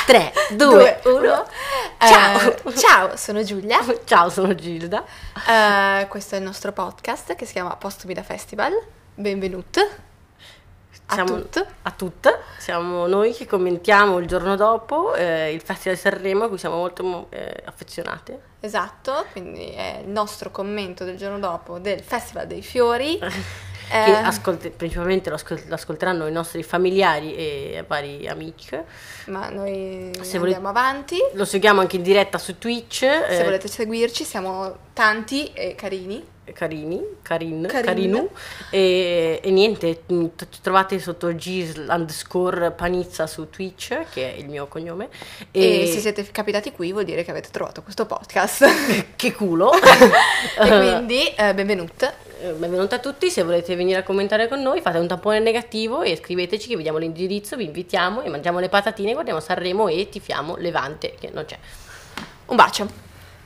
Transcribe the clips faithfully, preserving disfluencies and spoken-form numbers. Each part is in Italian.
tre, due, uno. Ciao, uh, ciao, sono Giulia. Ciao, sono Gilda. Uh, questo è il nostro podcast che si chiama Postumi Festival. Benvenuti a Siamo, tutte. A tutte. Siamo noi che commentiamo il giorno dopo eh, il Festival di Sanremo, a cui siamo molto eh, affezionate. Esatto, quindi è il nostro commento del giorno dopo del Festival dei Fiori. Che eh, ascolt- principalmente lo, ascolt- lo ascolteranno i nostri familiari e vari amici. Ma noi Se andiamo volete, avanti. Lo seguiamo anche in diretta su Twitch. Se eh, volete seguirci, siamo tanti e carini. Carini, Carin, Carin. Carinu e, e niente, ci trovate sotto G underscore Panizza su Twitch, che è il mio cognome, e, e se siete capitati qui vuol dire che avete trovato questo podcast. Che culo. E quindi eh, benvenute. Benvenuti a tutti. Se volete venire a commentare con noi, fate un tampone negativo e scriveteci che vediamo l'indirizzo, vi invitiamo e mangiamo le patatine, guardiamo Sanremo e tifiamo Levante, che non c'è. Un bacio.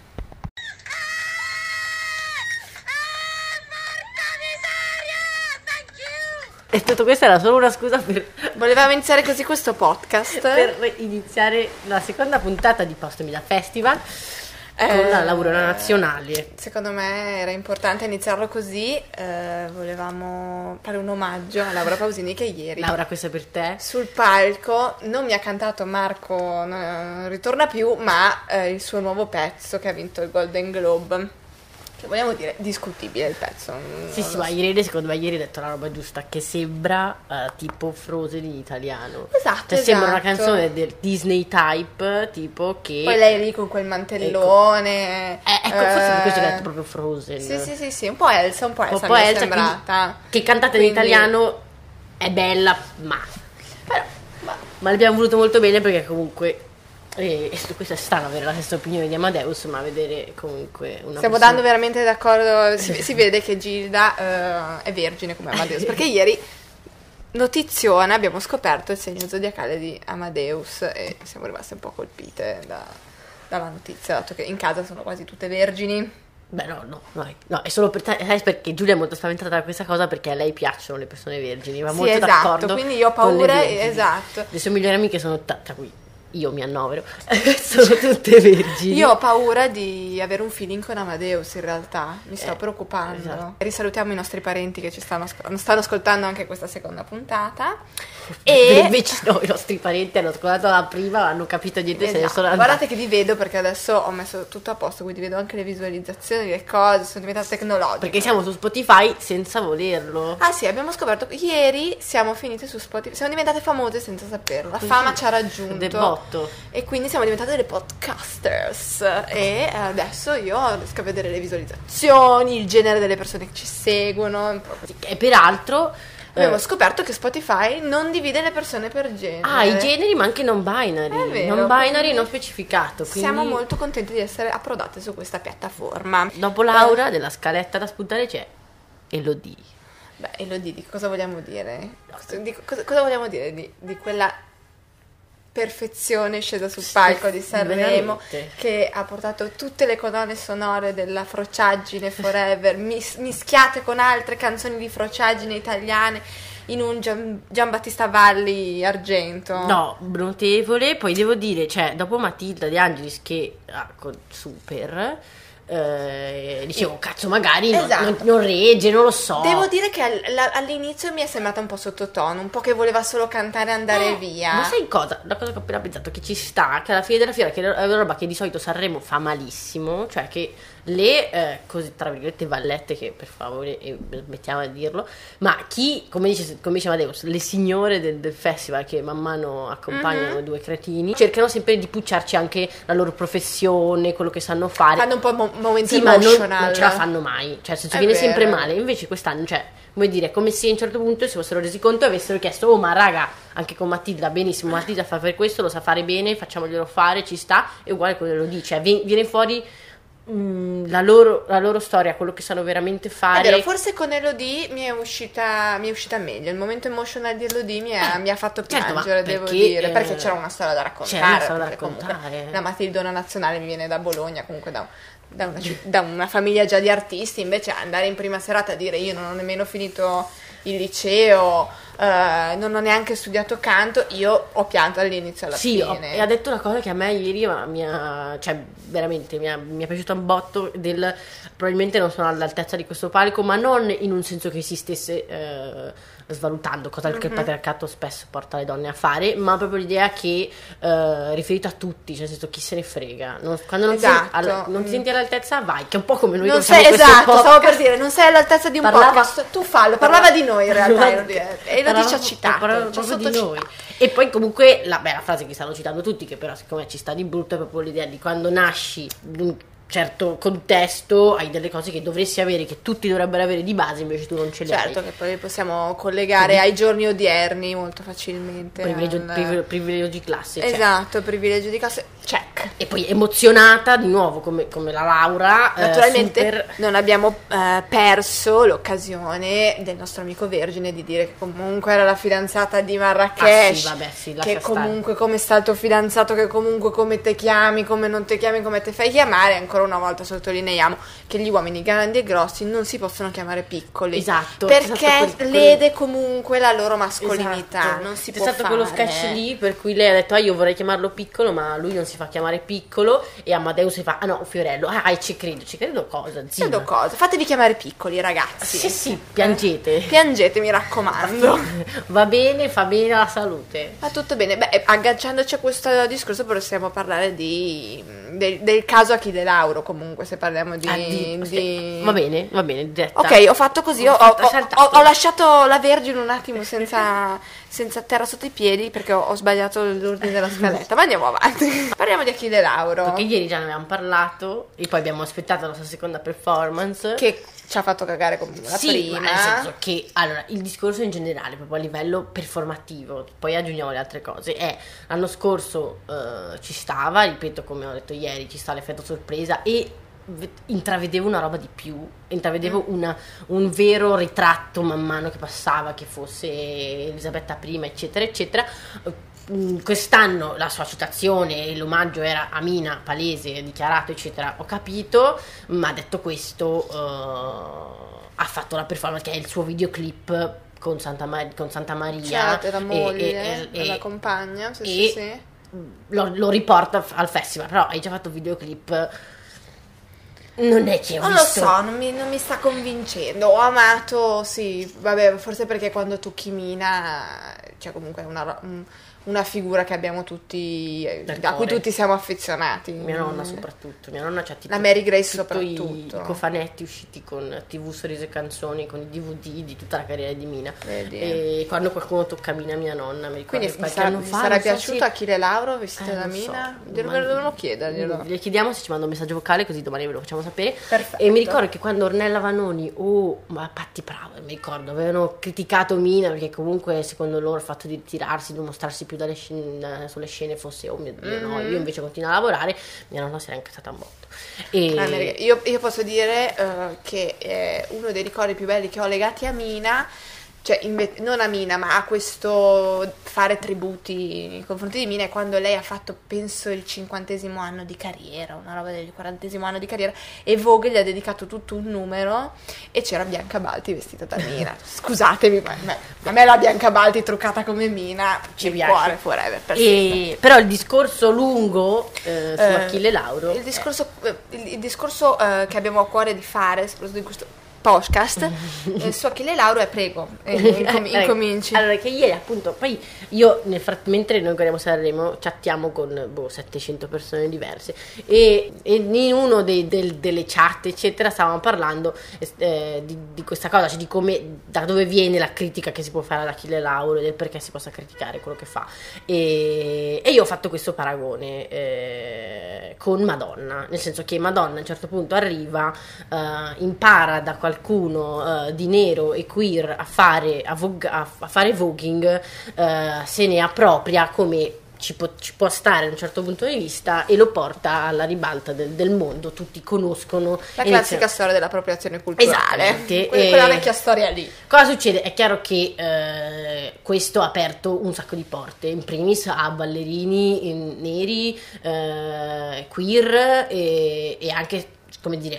E tutto questo era solo una scusa per... Volevamo iniziare così questo podcast. Per iniziare la seconda puntata di Postumi da Festival eh, con la Laura Nazionale. Secondo me era importante iniziarlo così. eh, Volevamo fare un omaggio a Laura Pausini che ieri, Laura, questo è per te. sul palco non mi ha cantato Marco non ritorna più, ma eh, il suo nuovo pezzo che ha vinto il Golden Globe. Che vogliamo dire, discutibile il pezzo. Sì, sì, ma so. ieri, secondo me, ieri hai detto la roba giusta, che sembra uh, tipo Frozen in italiano. Esatto, Cioè, sembra una esatto. canzone del Disney type, tipo che... Poi lei lì con quel mantellone. Ecco, eh, ecco eh, forse per questo ho detto proprio Frozen. Sì, sì, sì, sì, un po' Elsa, un po' Elsa, Un po' mi è Elsa, sembrata. quindi, che cantata Quindi- in italiano è bella, ma... Però, ma- Ma l'abbiamo voluto molto bene perché comunque... E questo è strano avere la stessa opinione di Amadeus, ma vedere comunque una stiamo persona... dando veramente d'accordo. Si, si vede che Gilda eh, è vergine come Amadeus, perché ieri, notiziona, abbiamo scoperto il segno zodiacale di Amadeus e siamo rimaste un po' colpite da- dalla notizia, dato che in casa sono quasi tutte vergini. Beh no, no, no, no, è solo per te, sai perché Giulia è molto spaventata da questa cosa perché a lei piacciono le persone vergini, va Sì, molto esatto, d'accordo. quindi io ho con le paura, vergini. esatto. Le sue migliori amiche sono, t- tra cui io mi annovero, sono tutte vergini. Io ho paura di avere un feeling con Amadeus, in realtà mi sto Eh, preoccupando. esatto. Risalutiamo i nostri parenti che ci stanno, ascol- stanno ascoltando anche questa seconda puntata. E E invece no, i nostri parenti hanno ascoltato la prima, hanno capito niente, se ne esatto, sono andati. guardate che vi vedo perché adesso ho messo tutto a posto, quindi vedo anche le visualizzazioni, le cose, sono diventata tecnologica. Perché siamo su Spotify senza volerlo. Ah sì, abbiamo scoperto che ieri siamo finite su Spotify, siamo diventate famose senza saperlo, la Così, fama ci ha raggiunto. del botto. E quindi siamo diventate delle podcasters e adesso io riesco a vedere le visualizzazioni, il genere delle persone che ci seguono. un po' così. E peraltro... Abbiamo eh, scoperto che Spotify non divide le persone per genere. Ah, i generi, ma anche non binary. È vero, non binary, quindi non specificato. Quindi... Siamo molto contenti di essere approdate su questa piattaforma. Dopo Laura, della scaletta da spuntare c'è Elodie. Beh, Elodie, di cosa vogliamo dire? Di cosa, cosa vogliamo dire di, di quella perfezione scesa sul palco di Sanremo, veramente. che ha portato tutte le colonne sonore della Frociaggine Forever mis- mischiate con altre canzoni di Frociaggine italiane in un Gian- Giambattista Valli argento. No, notevole. Poi devo dire, cioè, dopo Matilda De Angelis che ah, con Super, eh, dicevo, cazzo, magari non- Esatto. non, non regge, non lo so. Devo dire che all- la- all'inizio mi è sembrata un po' sottotono, un po' che voleva solo cantare e andare Eh, via. Ma sai cosa? La cosa che ho appena pensato, che ci sta, che alla fine della fiera, che è una roba che di solito Sanremo fa malissimo, cioè che le, eh, così tra virgolette, vallette, che per favore, e smettiamo di dirlo, ma chi, come dice, come diceva Deus, le signore del, del festival che man mano accompagnano Mhm. due cretini, cercano sempre di pucciarci anche la loro professione, quello che sanno fare. Fanno un po' mo- momento Sì, ma non, emotional. non ce la fanno mai, cioè se ci È viene vero. sempre male. Invece quest'anno, cioè, come dire, come se a un certo punto si fossero resi conto e avessero chiesto, oh ma raga, anche con Matilda, benissimo, Matilda fa fare questo, lo sa fare bene, facciamoglielo fare, ci sta, e uguale quello lo dice, Vi- viene fuori mh, la, loro, la loro storia, quello che sanno veramente È fare. vero, forse con Elodie mi è uscita mi è uscita meglio. Il momento emotional di Elodie mi, è- Eh, mi ha fatto certo, ma piangere, devo perché, dire, eh, perché c'era una storia da raccontare. c'era una storia da perché comunque raccontare. La Matildona nazionale mi viene da Bologna, comunque da, da, una, ci- da una famiglia già di artisti, invece andare in prima serata a dire io non ho nemmeno finito il liceo, eh, non ho neanche studiato canto, io ho pianto dall'inizio alla Sì, ho- fine. e ha detto una cosa che a me ieri ma mi ha, cioè veramente mi, ha, mi è piaciuta un botto del probabilmente non sono all'altezza di questo palco, ma non in un senso che si stesse eh, svalutando, cosa che il patriarcato spesso porta le donne a fare, ma proprio l'idea che eh, riferito a tutti, cioè nel senso chi se ne frega. Non- quando non, Esatto. ti, alla- non ti senti all'altezza vai, che è un po' come noi Non che facciamo sei, questo esatto, stavo per podcast. dire, non sei all'altezza di un Parlava- podcast, tu fallo, parlava di noi in realtà, Parlava- Elodie, e Elodie parlava- ci ha citato, parlava ci ha proprio di sottocitato. noi. E poi comunque la, beh, la frase che stanno citando tutti, che però siccome ci sta di brutto, è proprio l'idea di quando nasci in un certo contesto hai delle cose che dovresti avere, che tutti dovrebbero avere di base, invece tu non ce le Certo hai. che poi possiamo collegare ai giorni odierni molto facilmente. Privilegio, al- privi- privilegio di classe, cioè. Esatto, privilegio di classe, check. E poi emozionata di nuovo come, come la Laura, eh, Naturalmente super- non abbiamo eh, perso l'occasione del nostro amico Vergine di dire che comunque era la fidanzata di Marrakesh, Ah, sì, vabbè, sì, lascia che stare. comunque come sta il tuo fidanzato, che comunque come te chiami, come non te chiami, come te fai chiamare. Ancora una volta sottolineiamo che gli uomini grandi e grossi non si possono chiamare piccoli, Esatto, perché c'è stato quel- lede comunque la loro mascolinità. Esatto. Non si C'è può stato fare. quello sketch lì per cui lei ha detto ah io vorrei chiamarlo piccolo, ma lui non si fa chiamare piccolo, e Amadeus si fa ah no Fiorello, ah ci credo, ci credo cosa, zia. Credo cosa, fatevi chiamare piccoli, ragazzi. Sì sì, piangete. Piangete, mi raccomando. Va bene, fa bene alla salute. Va tutto bene. Beh, agganciandoci a questo discorso possiamo parlare di, del, del caso Achille Lauro, comunque, se parliamo di... Ah, di- di- sì. Va bene, va bene, diretta. Ok, ho fatto così, ho, Ho ho- fatto- ho- saltato. ho- ho lasciato la Vergine un attimo senza, senza terra sotto i piedi perché ho, ho sbagliato l'ordine della scaletta, ma andiamo avanti. Parliamo di Achille Lauro, Perché ieri già ne avevamo parlato e poi abbiamo aspettato la sua seconda performance. che ci ha fatto cagare come la Sì, prima. ma nel senso che allora il discorso in generale, proprio a livello performativo, poi aggiungiamo le altre cose, è l'anno scorso eh, ci stava, ripeto come ho detto ieri, ci sta l'effetto sorpresa e v- intravedevo una roba di più, intravedevo una- un vero ritratto man mano che passava, che fosse Elisabetta prima, eccetera, eccetera. Mm, Quest'anno la sua citazione e l'omaggio era a Mina, palese, dichiarato, eccetera, ho capito, ma detto questo, eh, ha fatto la performance che è il suo videoclip con Santa, Ma- con Santa Maria. Certo, la e- moglie, e- e- la e- compagna, sì, e sì, sì. Lo, lo riporta al festival, però hai già fatto videoclip. Non è che ho Non lo visto. so, non mi, non mi sta convincendo. Ho amato, sì, vabbè, forse perché quando tocchi Mina c'è comunque una, ro- un- una figura che abbiamo tutti, eh, Del a cui cuore. tutti siamo affezionati. Mia nonna soprattutto, mia nonna c'ha tipo La Mary Grace tutto i- soprattutto. i cofanetti usciti con tivù, sorrisi e canzoni, con i D V D di tutta la carriera di Mina. Vedi. E quando qualcuno tocca Mina, mia nonna, mi ricordo Quindi che mi qualche sarà, anno mi fa, sarà non so piaciuto se- Achille Lauro vestito Eh, da non so, Mina? ma- Glielo dobbiamo chiederglielo. Gli chiediamo se ci manda un messaggio vocale così domani ve lo facciamo sapere. Perfetto. E mi ricordo che quando Ornella Vanoni o ma Patti Bravo, mi ricordo, avevano criticato Mina perché comunque secondo loro il fatto di ritirarsi, di non mostrarsi più dalle scene, sulle scene fosse oh mio Dio, no, io invece continuo a lavorare, mia nonna si era incazzata un botto. E Ah, Mary- Io, io posso dire eh, che eh, uno dei ricordi più belli che ho legati a Mina, cioè inve- non a Mina, ma a questo fare tributi nei confronti di Mina, è quando lei ha fatto, penso, il cinquantesimo anno di carriera, una roba del quarantesimo anno di carriera, e Vogue gli ha dedicato tutto un numero e c'era Bianca Balti vestita da Mina. Scusatemi, ma ma- a me la Bianca Balti truccata come Mina Ci il piace. cuore forever per sempre. E- però il discorso lungo eh, su Eh, Achille Lauro Il discorso, eh, il, il discorso eh, che abbiamo a cuore di fare, soprattutto in questo podcast, eh, su Achille Lauro è prego, eh, incom- Eh, incominci. Allora, che ieri appunto, poi io nel frat- mentre noi guardiamo Sanremo, chattiamo con boh, settecento persone diverse e, e in uno dei, del- delle chat eccetera stavamo parlando eh, di, di questa cosa, cioè di come, da dove viene la critica che si può fare ad Achille Lauro e del perché si possa criticare quello che fa, e, e io ho fatto questo paragone eh, con Madonna, nel senso che Madonna a un certo punto arriva, eh, impara da qualcuno eh, di nero e queer a fare, a vog- a- a fare voguing, eh, se ne appropria come ci può, ci può stare da un certo punto di vista e lo porta alla ribalta del, del mondo, tutti conoscono La e classica inizia- storia della appropriazione culturale. Esattamente, Que- e- quella vecchia storia lì. Cosa succede? È chiaro che eh, questo ha aperto un sacco di porte, in primis a ballerini in- neri, eh, queer e, e anche, come dire, a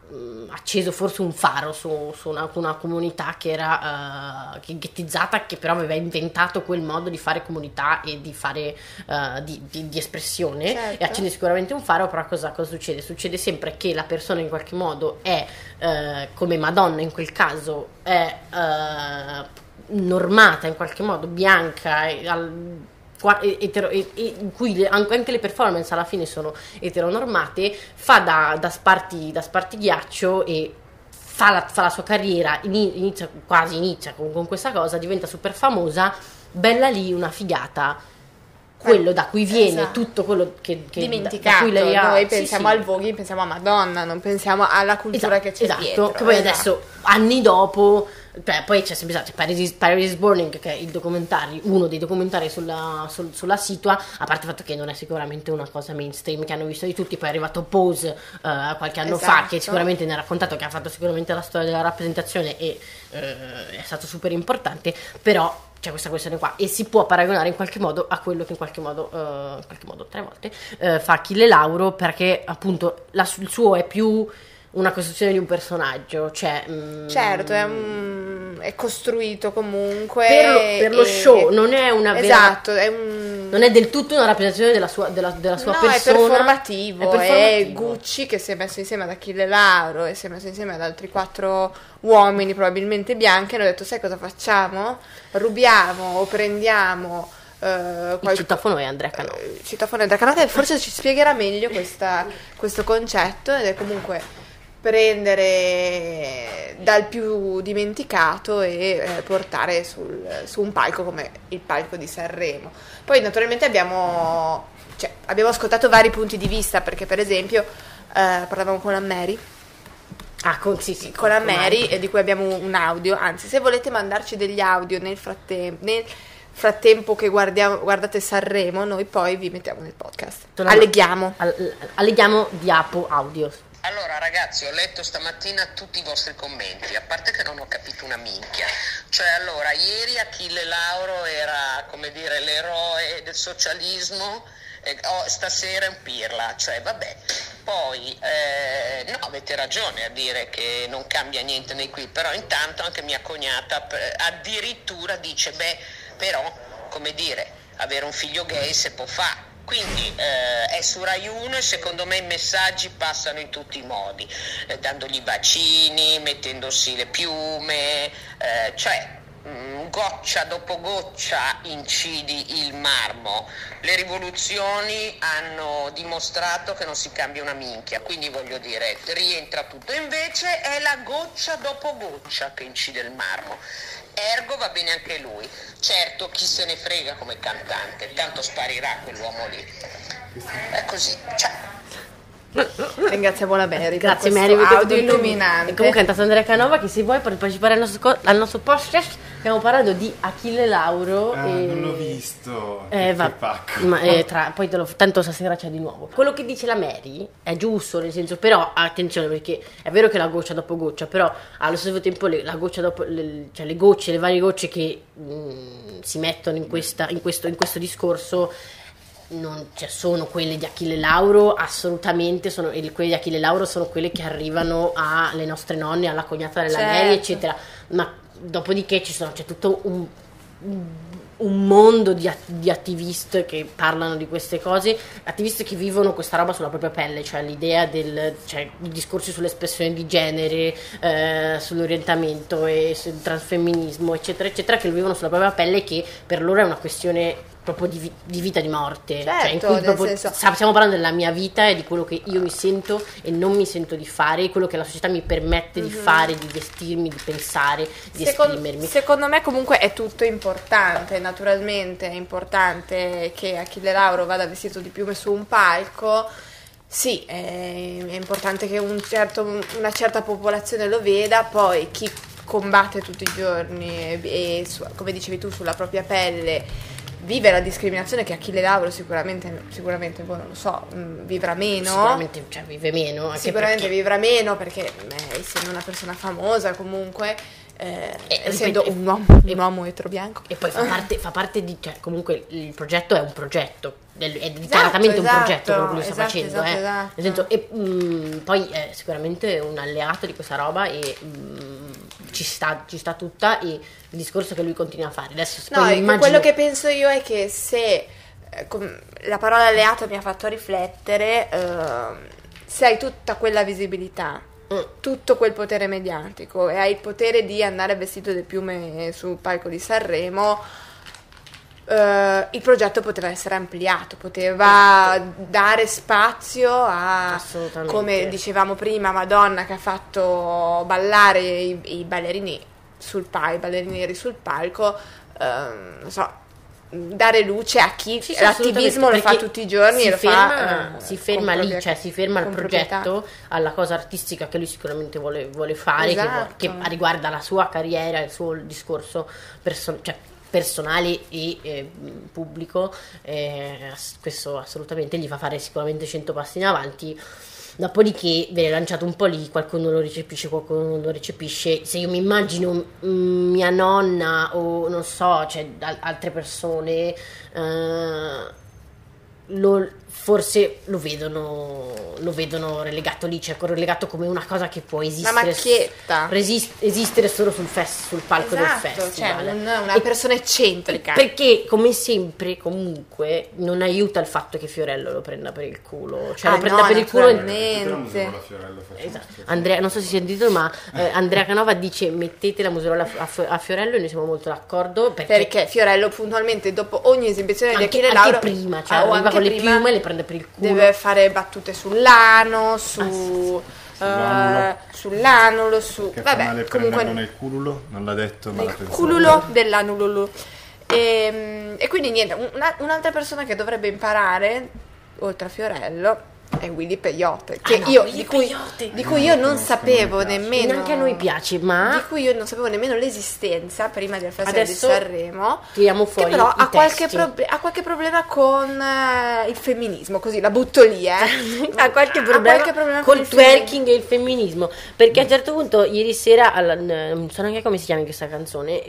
mh, acceso forse un faro su, su una, una comunità che era uh, che ghettizzata, che però aveva inventato quel modo di fare comunità e di fare uh, di, di, di espressione, certo. E accende sicuramente un faro. Però cosa, cosa succede? Succede sempre che la persona in qualche modo è uh, come Madonna in quel caso è uh, normata in qualche modo, bianca, e, al, Etero, e, e in cui le, anche le performance alla fine sono eteronormate, fa da, da, sparti, da spartighiaccio e fa la, fa la sua carriera, inizia, quasi inizia con, con questa cosa, diventa super famosa, bella lì, una figata, quello da cui viene, esatto, tutto quello che, che dimenticato, da cui lei ha, noi pensiamo sì, al Vogue, pensiamo a Madonna, non pensiamo alla cultura, esatto, che c'è esatto, dietro, che poi esatto. Adesso, anni dopo, cioè, poi c'è sempre stato Paris, Paris is Burning, che è il documentario, uno dei documentari sulla, sul, sulla situa, a parte il fatto che non è sicuramente una cosa mainstream che hanno visto di tutti. Poi è arrivato Pose uh, qualche anno, esatto, fa, che sicuramente ne ha raccontato, che ha fatto sicuramente la storia della rappresentazione e uh, è stato super importante, però c'è questa questione qua e si può paragonare in qualche modo a quello che in qualche modo, uh, in qualche modo tre volte uh, fa Achille Lauro, perché appunto la, il suo è più una costruzione di un personaggio, cioè mh, certo è, un, è costruito comunque per lo, per lo e, show, e, non è una vera, esatto, è un, non è del tutto una rappresentazione della sua, della, della sua no, persona, è performativo, è performativo. È Gucci che si è messo insieme ad Achille Lauro e si è messo insieme ad altri quattro uomini probabilmente bianchi e hanno detto: sai cosa facciamo? Rubiamo o prendiamo uh, qualche... il citofono è Andrea Canova, uh, il citofono è Andrea Canova, che forse ci spiegherà meglio questa, questo concetto, ed è comunque prendere dal più dimenticato e eh, portare sul, su un palco come il palco di Sanremo. Poi naturalmente abbiamo, cioè, abbiamo ascoltato vari punti di vista, perché per esempio eh, parlavamo con la Mary ah, con, sì, sì, con la con Mary, e di cui abbiamo un audio, anzi se volete mandarci degli audio nel frattempo, nel frattempo che guardiamo, guardate Sanremo, noi poi vi mettiamo nel podcast, alleghiamo alleghiamo diapo audio. Allora ragazzi, ho letto stamattina tutti i vostri commenti, a parte che non ho capito una minchia. Cioè allora, ieri Achille Lauro era, come dire, l'eroe del socialismo, e oh, stasera è un pirla, cioè vabbè. Poi, eh, no, avete ragione a dire che non cambia niente nei qui, però intanto anche mia cognata addirittura dice, beh, però, come dire, avere un figlio gay se può fare. Quindi eh, è su Rai uno e secondo me i messaggi passano in tutti i modi, eh, dandogli bacini, mettendosi le piume, eh, cioè mh, goccia dopo goccia incidi il marmo. Le rivoluzioni hanno dimostrato che non si cambia una minchia, quindi voglio dire, rientra tutto. Invece è la goccia dopo goccia che incide il marmo. Ergo va bene anche lui. Certo, chi se ne frega come cantante, tanto sparirà quell'uomo lì. È così, ciao. Ringraziamo la Mary. Grazie per Mary, questo audio illuminante. E comunque è entrato Andrea Canova, che se vuoi partecipare al nostro, al nostro podcast, stiamo parlando di Achille Lauro. Ah, e... non l'ho visto. Eh, che va, pacco. ma, eh, tra, poi te lo, tanto stasera c'è di nuovo. Quello che dice la Mary è giusto, nel senso, però attenzione, perché è vero che la goccia dopo goccia, però allo stesso tempo le, la goccia dopo, le, cioè le gocce, le varie gocce che mh, si mettono in, questa, in, questo, in questo discorso non, cioè, sono quelle di Achille Lauro, assolutamente sono, e quelle di Achille Lauro sono quelle che arrivano alle nostre nonne, alla cognata della certo. Mary, eccetera, ma dopodiché ci sono, c'è tutto un, un mondo di, di attivisti che parlano di queste cose, attivisti che vivono questa roba sulla propria pelle, cioè l'idea del, cioè i discorsi sull'espressione di genere, eh, sull'orientamento e sul transfemminismo, eccetera, eccetera, che lo vivono sulla propria pelle, che per loro è una questione proprio di, di vita e di morte, certo, cioè in cui proprio, senso... stiamo parlando della mia vita e di quello che io mi sento e non mi sento di fare, quello che la società mi permette di mm-hmm. fare, di vestirmi, di pensare, di Secondo, esprimermi. Secondo me comunque è tutto importante, naturalmente è importante che Achille Lauro vada vestito di piume su un palco. Sì, è, è importante che un certo, una certa popolazione lo veda, poi chi combatte tutti i giorni e, e su, come dicevi tu, sulla propria pelle vive la discriminazione, che Achille Lauro sicuramente, sicuramente boh, non lo so, mh, vivrà meno. Sicuramente, cioè, vive meno. Anche sicuramente perché... vivrà meno perché, beh, essendo una persona famosa comunque, eh, E, essendo ripeto, un uomo, e- un uomo etero bianco. E poi fa parte, fa parte di, cioè comunque il progetto è un progetto, è è Esatto, dichiaratamente un esatto, progetto quello che lui sta esatto, facendo, esatto, eh. esatto. Nel senso, e mm, poi è sicuramente un alleato di questa roba e mm, ci sta, ci sta tutta, e il discorso che lui continua a fare. Adesso No, poi ecco, immagino- quello che penso io è che se eh, com- la parola alleato mi ha fatto riflettere, ehm, se hai tutta quella visibilità, Mm. tutto quel potere mediatico e hai il potere di andare vestito di piume sul palco di Sanremo, eh, il progetto poteva essere ampliato, poteva dare spazio a, Assolutamente. come dicevamo prima, Madonna che ha fatto ballare i, i ballerini sul palco, i ballerini neri sul palco, ehm, non so, dare luce a chi Sì, sì, l'attivismo lo assolutamente, fa perché tutti i giorni si e lo ferma, fa eh, si ferma con lì, propria- cioè si ferma il con proprietà. progetto alla cosa artistica che lui sicuramente vuole, vuole fare, che Esatto. vuole- che, riguarda la sua carriera, il suo discorso perso- cioè, personale e eh, pubblico, eh, ass- questo assolutamente gli fa fare sicuramente cento passi in avanti. Dopodiché viene lanciato un po' lì, qualcuno lo recepisce, qualcuno non lo recepisce. Se io mi immagino mm, mia nonna o non so, cioè al- altre persone, eh, lo- forse lo vedono, lo vedono relegato lì, cioè relegato come una cosa che può esistere, macchietta. resist- esistere solo sul, fest- sul palco Esatto, del festival. cioè un- una E- persona eccentrica. perché come sempre comunque non aiuta il fatto che Fiorello lo prenda per il culo, cioè Ah, lo prenda no, per il culo e- naturalmente. Mettete la musica alla Fiorello, facciamo Esatto. questo. Andrea, non so se si è sentito, ma eh, Andrea Canova dice mettete la museruola a, Fi- a Fiorello, e noi siamo molto d'accordo perché, Perché Fiorello puntualmente dopo ogni esibizione di anche, Achille anche Lauro prima, cioè ah, o arriva anche con le prima, piume e le prende per il culo. deve fare battute sull'ano, su Ah, Sull'anulo. eh, sull'anulo, su Che fa male vabbè, prenderlo comunque nel cululo, non l'ha detto, ma l'ha nel pensato. cululo dell'anululu. E, e quindi niente, una- un'altra persona che dovrebbe imparare, oltre a Fiorello, è Willy Peyote, che Ah, no, io, Willy di, cui, Peyote. di cui io non No, sapevo non mi piace. nemmeno. Neanche a noi piace, ma Di cui io non sapevo nemmeno l'esistenza prima del Festival Adesso di Sanremo. tiriamo Che fuori però i ha qualche, testi. proble- ha qualche problema con eh, il femminismo, così la butto lì, eh. ha qualche problema, qualche problema col con il twerking e il femminismo, perché a un certo punto ieri sera alla- n- non so neanche come si chiami questa canzone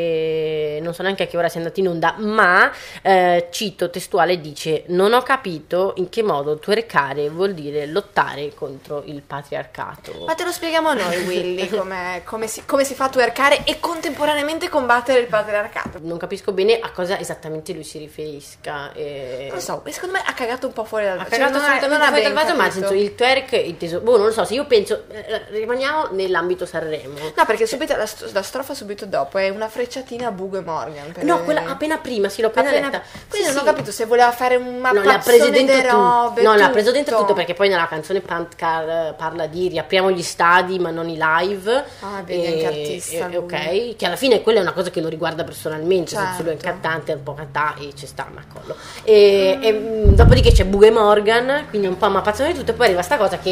e non so neanche a che ora sia andata in onda, ma eh, cito testuale, dice: non ho capito in che modo twerkare vuol dire lottare contro il patriarcato. Ma te lo spieghiamo noi, Willy, come, come si, come si fa a twerkare e contemporaneamente combattere il patriarcato. Non capisco bene a cosa esattamente lui si riferisca. e- Non so, secondo me ha cagato un po' fuori dal Ha cioè, cagato non assolutamente non ha fuori dal ben vaso, ma nel capito. senso il twerk inteso, boh, non lo so, se io penso, eh, rimaniamo nell'ambito Sanremo. No, perché subito la, st- la strofa subito dopo è una frecciatina a Bugo e Morgan. per- No, quella appena prima, sì, l'ho appena, appena- letta. Quindi Sì, non ho sì. capito se voleva fare un No, le ha prese mappazzone dentro di tutto. robe. No, le ha preso dentro tutto. tutto perché poi nella canzone Pantcar parla di riapriamo gli stadi ma non i live. Ah, vedi, anche artista e- lui. ok, che alla fine quella è una cosa che lo riguarda personalmente, nel senso lui è un Certo. cantante, è un po' cantare e ci sta, ma collo. E, e, mh, dopodiché c'è Bugo e Morgan, quindi un po' mappazzone di tutto, e poi arriva sta cosa che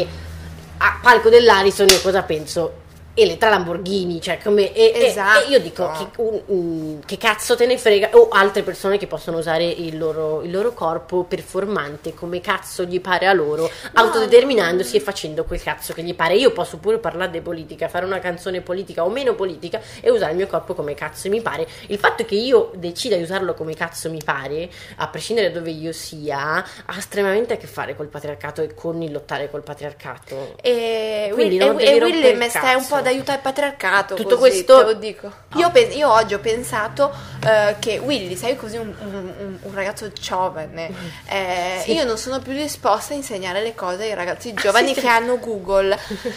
a palco dell'Arison io cosa penso? Elettra Lamborghini, cioè come e, e- Esatto. e io dico che, un- un- che cazzo te ne frega, o altre persone che possono usare il loro, il loro corpo performante come cazzo gli pare a loro, autodeterminandosi e facendo quel cazzo che gli pare. Io posso pure parlare di politica, fare una canzone politica o meno politica e usare il mio corpo come cazzo mi pare. Il fatto che io decida di usarlo come cazzo mi pare, a prescindere da dove io sia, ha estremamente a che fare col patriarcato e con il lottare col patriarcato. E, Quindi Will- non e, devi e rompere Willem il stai un cazzo. po' ad aiutare il patriarcato. Tutto così, questo- te lo dico. Io, pen- io oggi ho pensato eh, che Willy, sei così un, un- un- un ragazzo giovane. eh, Sì. Io non sono più disposta a insegnare le cose ai ragazzi giovani sì. che hanno Google.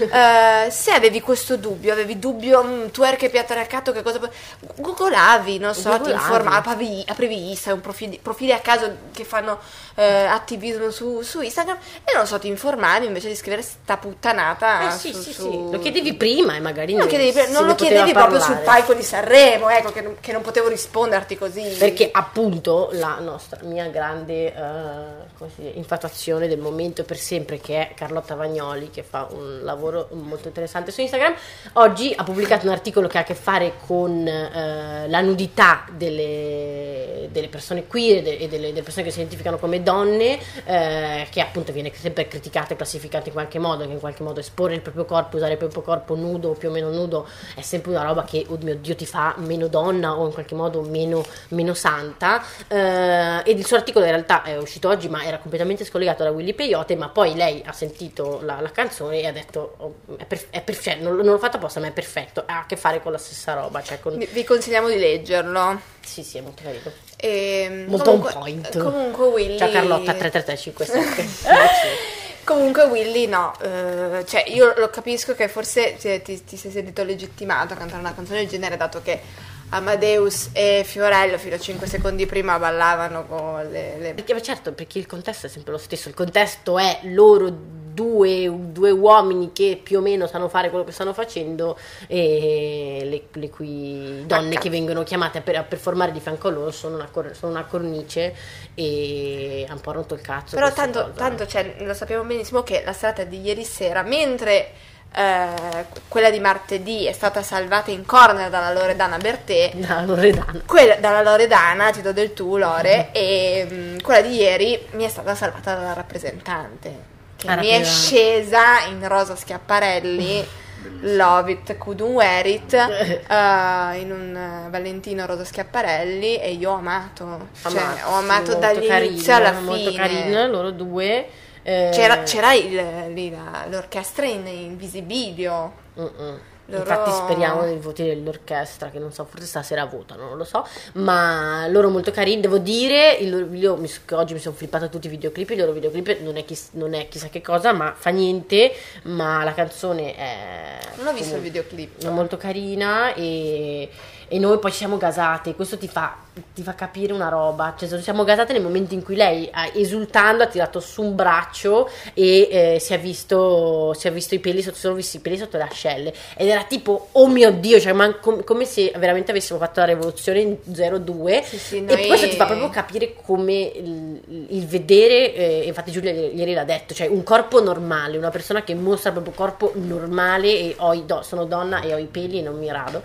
Eh, se avevi questo dubbio, avevi dubbio, mm, twerk e patriarcato, che cosa. pu- Googolavi, non so, ti Googolavi. informavi, aprivi, aprivi Instagram, profili, profili a caso che fanno eh, attivismo su, su Instagram e non so, ti informavi invece di scrivere sta puttanata. Eh sì, su- sì, su- sì, lo chiedevi prima e magari non, ne- chiedevi, se non ne lo poteva chiedevi proprio sul parlare. palco di Sanremo, ecco, che non, che non potevo risponderti così. Perché appunto la nostra mia grande eh, come si dice, infatuazione del momento per sempre, che è Carlotta Vagnoli, che fa un lavoro molto interessante su Instagram, oggi ha pubblicato un articolo che ha a che fare con eh, la nudità delle, delle persone queer e, de- e delle, delle persone che si identificano come donne, eh, che appunto viene sempre criticata e classificata in qualche modo, che in qualche modo esporre il proprio corpo, usare il proprio corpo nudo o più o meno nudo è sempre una roba che, oh mio Dio, ti fa meno donna o in qualche modo meno, meno santa, eh, ed il suo articolo in realtà è uscito oggi ma era completamente scollegato da Willy Peyote, ma poi lei ha sentito la, la canzone e ha detto oh, è, per, è perfetto, non, non l'ho fatto apposta ma è perfetto, ha a che fare con la stessa roba, cioè con... Vi, vi consigliamo di leggerlo. Sì, sì, è molto carino. E, molto comunque, on point. Comunque Willy... Ciao Carlotta, tre tre tre cinque sette. Comunque Willy no, eh, cioè io lo capisco che forse ti, ti, ti sei sentito legittimato a cantare una canzone del genere, dato che Amadeus e Fiorello fino a cinque secondi prima ballavano con le... le... Perché certo, perché il contesto è sempre lo stesso, il contesto è loro due, due uomini che più o meno sanno fare quello che stanno facendo e le, le cui donne che vengono chiamate per, a performare di fianco a loro sono una, cor- sono una cornice e ha un po' rotto il cazzo. Però tanto, tanto cioè, lo sappiamo benissimo che la serata di ieri sera, mentre eh, quella di martedì è stata salvata in corner dalla Loredana Bertè, dalla Loredana, quella, dalla Loredana, ti do del tu Lore, mm-hmm. e mh, quella di ieri mi è stata salvata dalla rappresentante, che ah, mi è scesa in rosa Schiaparelli, Love It, Couldn't Wear It, uh, in un uh, Valentino rosa Schiaparelli, e io ho amato, cioè amato, ho amato sì, dall'inizio alla fine. Molto carino, loro due. Eh... C'era, c'era il, lì, la, l'orchestra in, in visibilio. Mm-mm. Loro... Infatti speriamo nei voti dell'orchestra, che non so, forse stasera votano, non lo so, ma loro molto carini, devo dire, il, io mi, oggi mi sono flippata tutti i videoclip, i loro videoclip non è, chi, non è chissà che cosa, ma fa niente, ma la canzone è... Non ho visto il videoclip. È molto carina e... e noi poi ci siamo gasate, questo ti fa, ti fa capire una roba, cioè ci siamo gasate nel momento in cui lei ha, esultando ha tirato su un braccio e eh, si è visto si è visto i peli sotto, si sono visti i peli sotto le ascelle ed era tipo oh mio Dio, cioè man, com, come se veramente avessimo fatto la rivoluzione in zero due, sì, sì, noi... e questo ti fa proprio capire come il, il vedere, eh, infatti Giulia ieri l'ha detto, cioè un corpo normale, una persona che mostra il proprio corpo normale e ho i do, sono donna e ho i peli e non mi rado,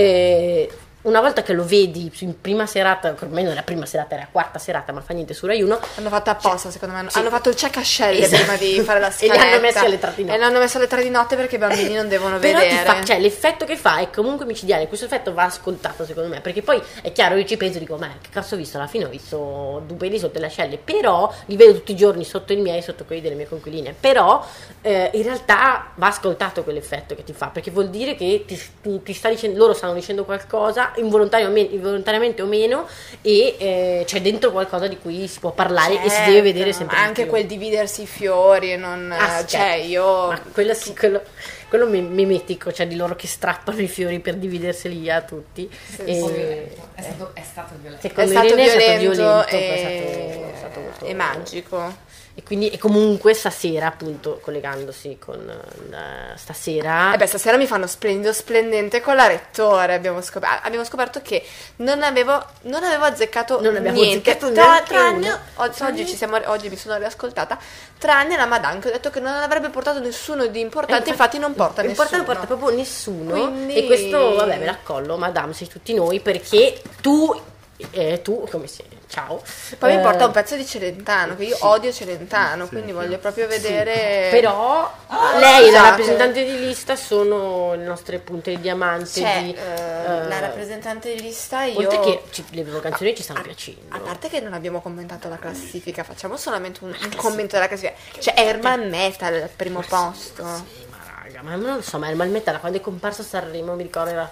eh, una volta che lo vedi in prima serata, ormai non era prima serata, era quarta serata, ma fa niente su Rai uno. Hanno fatto apposta, cioè, secondo me. Sì. Hanno fatto il check ascelle esatto. prima di fare la scaletta. E li hanno messi alle tre di notte. E li hanno messi alle tre di notte perché i bambini non devono Però vedere. Ti fa, cioè, l'effetto che fa è comunque micidiale. Questo effetto va ascoltato, secondo me. Perché poi è chiaro, io ci penso e dico, ma che cazzo ho visto? Alla fine ho visto due peli sotto le ascelle. Però li vedo tutti i giorni sotto i miei, sotto quelli delle mie coinquiline. Però eh, in realtà va ascoltato quell'effetto che ti fa. Perché vuol dire che ti, ti, ti sta dicendo, loro stanno dicendo qualcosa involontariamente. involontariamente o meno e eh, c'è dentro qualcosa di cui si può parlare certo, e si deve vedere sempre anche più. Quel dividersi i fiori non ah, cioè certo. io ma quello sì, quello, quello mimetico, cioè di loro che strappano i fiori per dividerseli via a tutti sì, e, sì. È, stato, è stato violento è stato Irene violento, è stato violento e, è stato, è stato molto, e magico. E quindi e comunque stasera, appunto, collegandosi con uh, stasera. Eh beh, stasera mi fanno splendido splendente con la Rettore. Abbiamo scoperto, abbiamo scoperto che non avevo, non avevo azzeccato non abbiamo niente. Azzeccato tra, tranne, oggi, oggi, ci siamo, oggi mi sono riascoltata. Tranne la Madame che ho detto che non avrebbe portato nessuno di importante. Eh, infatti, infatti non porta importa, nessuno. Non porta proprio nessuno. Quindi... E questo, vabbè, me l'accollo, Madame, sei tutti noi perché tu. Eh, tu come sei? Ciao. Poi eh, mi porta un pezzo di Celentano che io sì. odio Celentano, sì, quindi sì. voglio proprio vedere. Sì. Però ah, lei e scusate. la rappresentante di lista sono le nostre punte di diamante. Cioè, di, uh, uh, la rappresentante di lista io. Oltre che ci, le loro canzoni a, ci stanno a, piacendo. A parte che non abbiamo commentato la classifica, facciamo solamente un, un commento della classifica. C'è cioè, Herman Metal al primo posto. Sì, ma non lo so, ma Ermal Metal quando è comparso a Sanremo mi ricordo era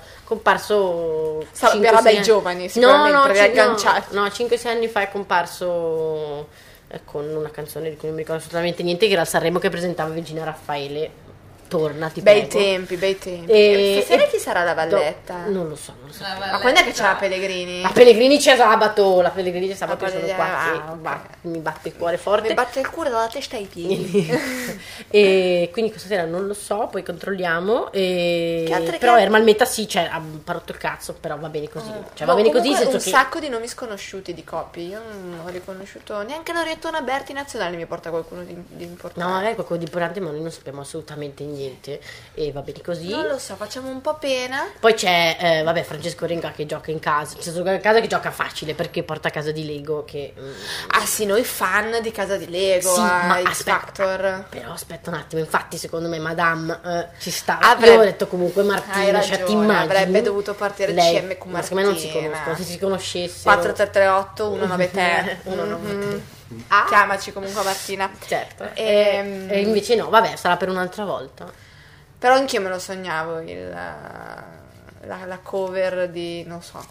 comparso sarà dai giovani sicuramente no, no, per c- agganciati no, no cinque sei anni fa è comparso eh, con una canzone di cui non mi ricordo assolutamente niente, che era Sanremo che presentava Virginia Raffaele. Torna, ti bei prego. tempi, bei tempi. E, stasera e, chi sarà la Valletta? Do, non lo so, non lo so. Ma quando è che c'è la Pellegrini? La Pellegrini c'è sabato, la Pellegrini c'è sabato, la sono Pellegrini, qua, ah, sì, okay. va, mi batte il cuore forte. Mi batte il cuore dalla testa ai piedi. E quindi questa sera non lo so, poi controlliamo. E... Che altre però che... Ermal Meta sì, cioè, ha parotto il cazzo, però va bene così. Cioè, va boh, bene così, un senso che... sacco di nomi sconosciuti di coppie. Io non ho riconosciuto neanche l'Orientona Berti nazionale, mi porta qualcuno di, di importante. No, è qualcosa di importante, ma noi non sappiamo assolutamente niente. niente, e va bene così. Non lo so, facciamo un po' pena. Poi c'è, eh, vabbè, Francesco Renga che gioca in casa, cioè gioca in casa che gioca facile perché porta a casa di Lego che... mm, Ah sì, noi fan di Casa di Lego, sì, ma a X aspetta, Factor. però aspetta un attimo, infatti secondo me Madame eh, ci sta. Avrebbe- Io ho detto comunque Hai Martina, cioè ti ragione, immagini? avrebbe dovuto partire lei, C M con ma secondo me non si Martina. conoscono, se si conoscessero... quattro tre tre otto uno nove tre. uno nove tre. Mhm. Ah. Chiamaci comunque Martina. Certo, Ehm, e, e invece no, vabbè, sarà per un'altra volta. Però anch'io me lo sognavo, il, la, la cover di, non so...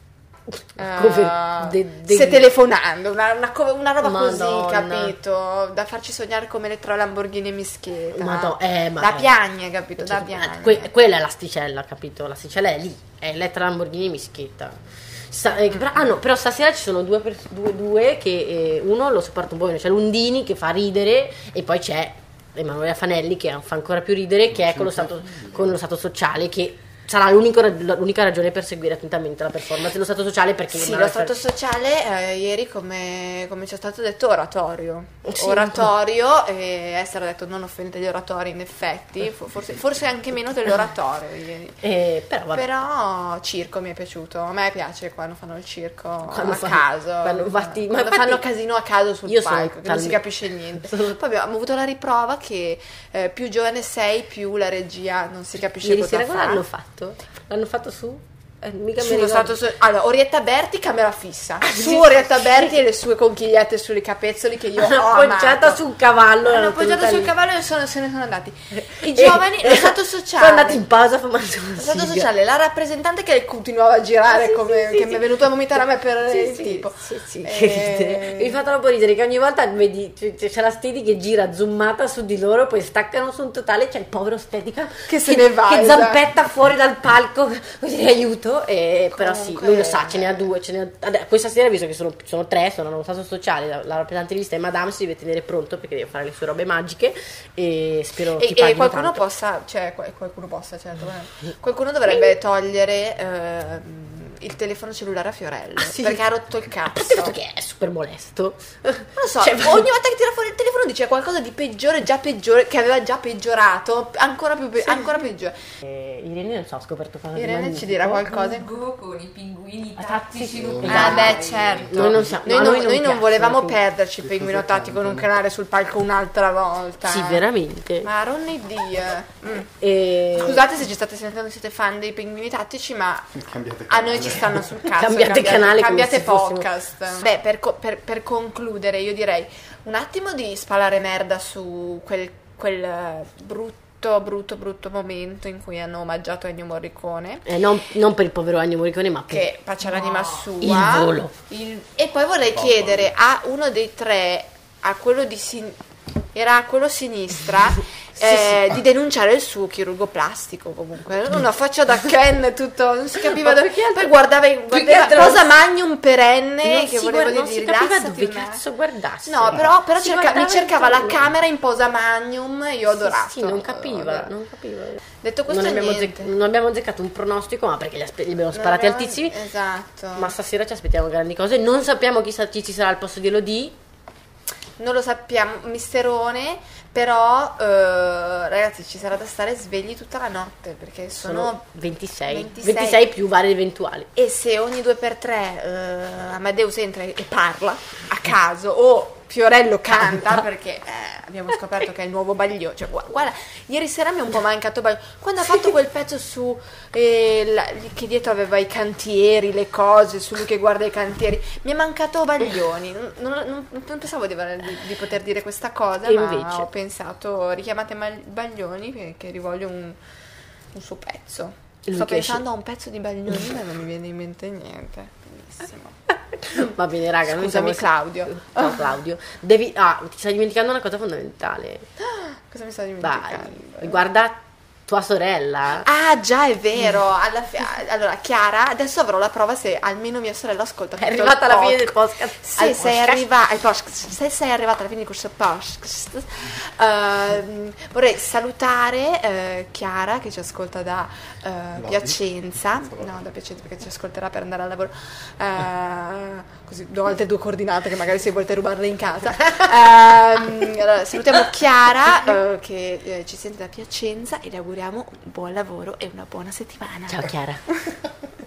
Cover eh, de- de- stai telefonando, una, una, co- una roba Madonna. così, capito? Da farci sognare come le tre Lamborghini Mischietta. Madò, eh, ma- da piagne, capito? Da Cioè, piagne. que- quella è l'asticella, capito? L'asticella è lì, è Elettra Lamborghini Mischietta. Sta- eh, però, ah no, però stasera ci sono due, pers- due, due che eh, uno lo sopporto un po' meno, c'è Lundini che fa ridere e poi c'è Emanuela Fanelli che fa ancora più ridere, che è con lo stato, con lo stato sociale, che sarà l'unico- l'unica ragione per seguire attentamente la performance dello stato sociale, perché Sì, Emanuela lo stato Fanelli- sociale eh, ieri, come, come ci è stato detto, oratorio. Sì. Oratorio, e essere detto non offendete gli oratori, in effetti, fo- forse, forse anche meno dell'oratorio ieri. eh, però vabbè. Però circo mi è piaciuto, a me piace quando fanno il circo Quando a fanno- caso, quando infatti- ma quando infatti- fanno casino a caso sul Io sono palco, che non si talmente- capisce niente. sono- Poi abbiamo avuto la riprova che eh, più giovane sei, più la regia non si capisce Ieri cosa sera fa. cosa l'hanno fatto? L'hanno fatto su? Eh, mica mi Sullo ricordo. stato so- allora, Orietta Berti camera fissa, sì, su Orietta Berti e le sue conchigliette sulle capezzoli che io L'hanno ho appoggiata amato. sul cavallo, Hanno l'hanno appoggiata tenuta sul lì. cavallo e sono- se ne sono andati. I E- giovani, lo stato sono sociale. andati in pausa a fumarsi un Lo stato siga. sociale, la rappresentante che continuava a girare Ah, sì, come sì, che sì, mi è sì. venuto a vomitare a me per Sì, il sì, tipo. sì, sì, Eh, che ridere. Mi fa troppo ridere che ogni volta vedi c'è, c'è la Stedi che gira zoomata su di loro, poi staccano su un totale, c'è il povero Stetica Che se ne va, che esatto. zampetta fuori dal palco così aiuto, e però sì, Comunque- lui lo sa, ce ne ha due, ce ne ha- Adè, questa sera, visto che sono, sono tre, sono allo stato sociale, la, la rappresentante di lista è Madame, si deve tenere pronto perché deve fare le sue robe magiche e spero E, ti e paghino qualcuno tanto. possa, cioè qual- qualcuno possa, certo, eh. qualcuno dovrebbe togliere ehm, il telefono cellulare a Fiorello, sì. perché ha rotto il A parte il fatto cazzo. che è super molesto. Non lo so, Cioè, ogni volta che tira fuori il telefono dice qualcosa di peggiore, già peggiore, che aveva già peggiorato, ancora più pe- ancora peggiore. Eh, Irene non so, ha scoperto cosa di Irene ci magnifico. dirà qualcosa. Ugo con i pinguini Ah, tattici sì, nucleari. Ah, beh, certo. Noi non siamo- Noi no, a non, noi non noi non piacciono volevamo i pinguini. perderci i pinguinotati con un canale sul palco un'altra volta. Sì, veramente. Ma Ronny Dio. Mm. E... Scusate se ci state sentendo, siete fan dei pinguini tattici, ma Cambiate a canale. noi ci stanno sul cazzo. Cambiate canale come cambiate se fossimo- podcast. Beh, per, co- per- per concludere, io direi un attimo di spalare merda su quel, quel eh, brutto, brutto, brutto momento in cui hanno omaggiato Ennio Morricone. Eh, non, non per il povero Ennio Morricone, ma per... Che pace all'anima sua. Il volo. Il- E poi vorrei chiedere a uno dei tre, a quello di sin- era a quello a sinistra, eh, di denunciare il suo chirurgo plastico. Comunque una faccia da Ken, tutto non si capiva Ma dove. perché altro- Poi guardava, che guardava altro- cosa magnum perenne non che si, voleva guarda- non dire si capiva rilassati dove un cazzo guardasse. No, però, però Si cerca- guardava mi cercava la intorno. camera in posa magnum e io ho adorato. Sì, sì, non capiva, Vabbè. non capiva. Detto questo, non, abbiamo niente. zec- non abbiamo azzeccato un pronostico, ma perché li, aspe- li abbiamo Non sparati abbiamo- altissimi. Esatto. Ma stasera ci aspettiamo grandi cose. Non sappiamo chi, sa- chi ci sarà al posto di Elodie. Non lo sappiamo, misterone, però eh, ragazzi ci sarà da stare svegli tutta la notte perché sono, Sono ventisei. ventisei. ventisei più vari eventuali. e se ogni due per tre eh, Amadeus entra e parla a caso o Fiorello canta, perché eh, abbiamo scoperto che è il nuovo Baglioni, cioè, gu- guarda, ieri sera mi è un po' mancato Baglioni quando ha fatto quel pezzo su eh, la- che dietro aveva i cantieri, le cose, su lui che guarda i cantieri, mi è mancato Baglioni. non, non- non pensavo di, aver- di- di poter dire questa cosa, E ma invece? ho pensato richiamate Mal- Baglioni che, che rivoglio un, un suo pezzo. Lui Sto che pensando a un pezzo di Baglioni ma non mi viene in mente niente. Bellissimo. Va bene, raga. noi Scusami, siamo- Claudio. Ciao Claudio. Devi... Ah, ti stai dimenticando una cosa fondamentale. Cosa mi sto Dai, dimenticando? riguarda tua sorella. Ah, già, è vero. Alla fi- allora, Chiara, adesso avrò la prova se almeno mia sorella ascolta. È arrivata alla fine del podcast. Se sei arrivata se sei arrivata alla fine di questo podcast, ehm, vorrei salutare eh, Chiara che ci ascolta da eh, Piacenza. No, da Piacenza perché ci ascolterà per andare al lavoro. Eh, così do altre due coordinate che magari se volete rubarle in casa. Ehm, allora, salutiamo Chiara eh, che eh, ci sente da Piacenza e le auguriamo un buon lavoro e una buona settimana. Ciao Chiara.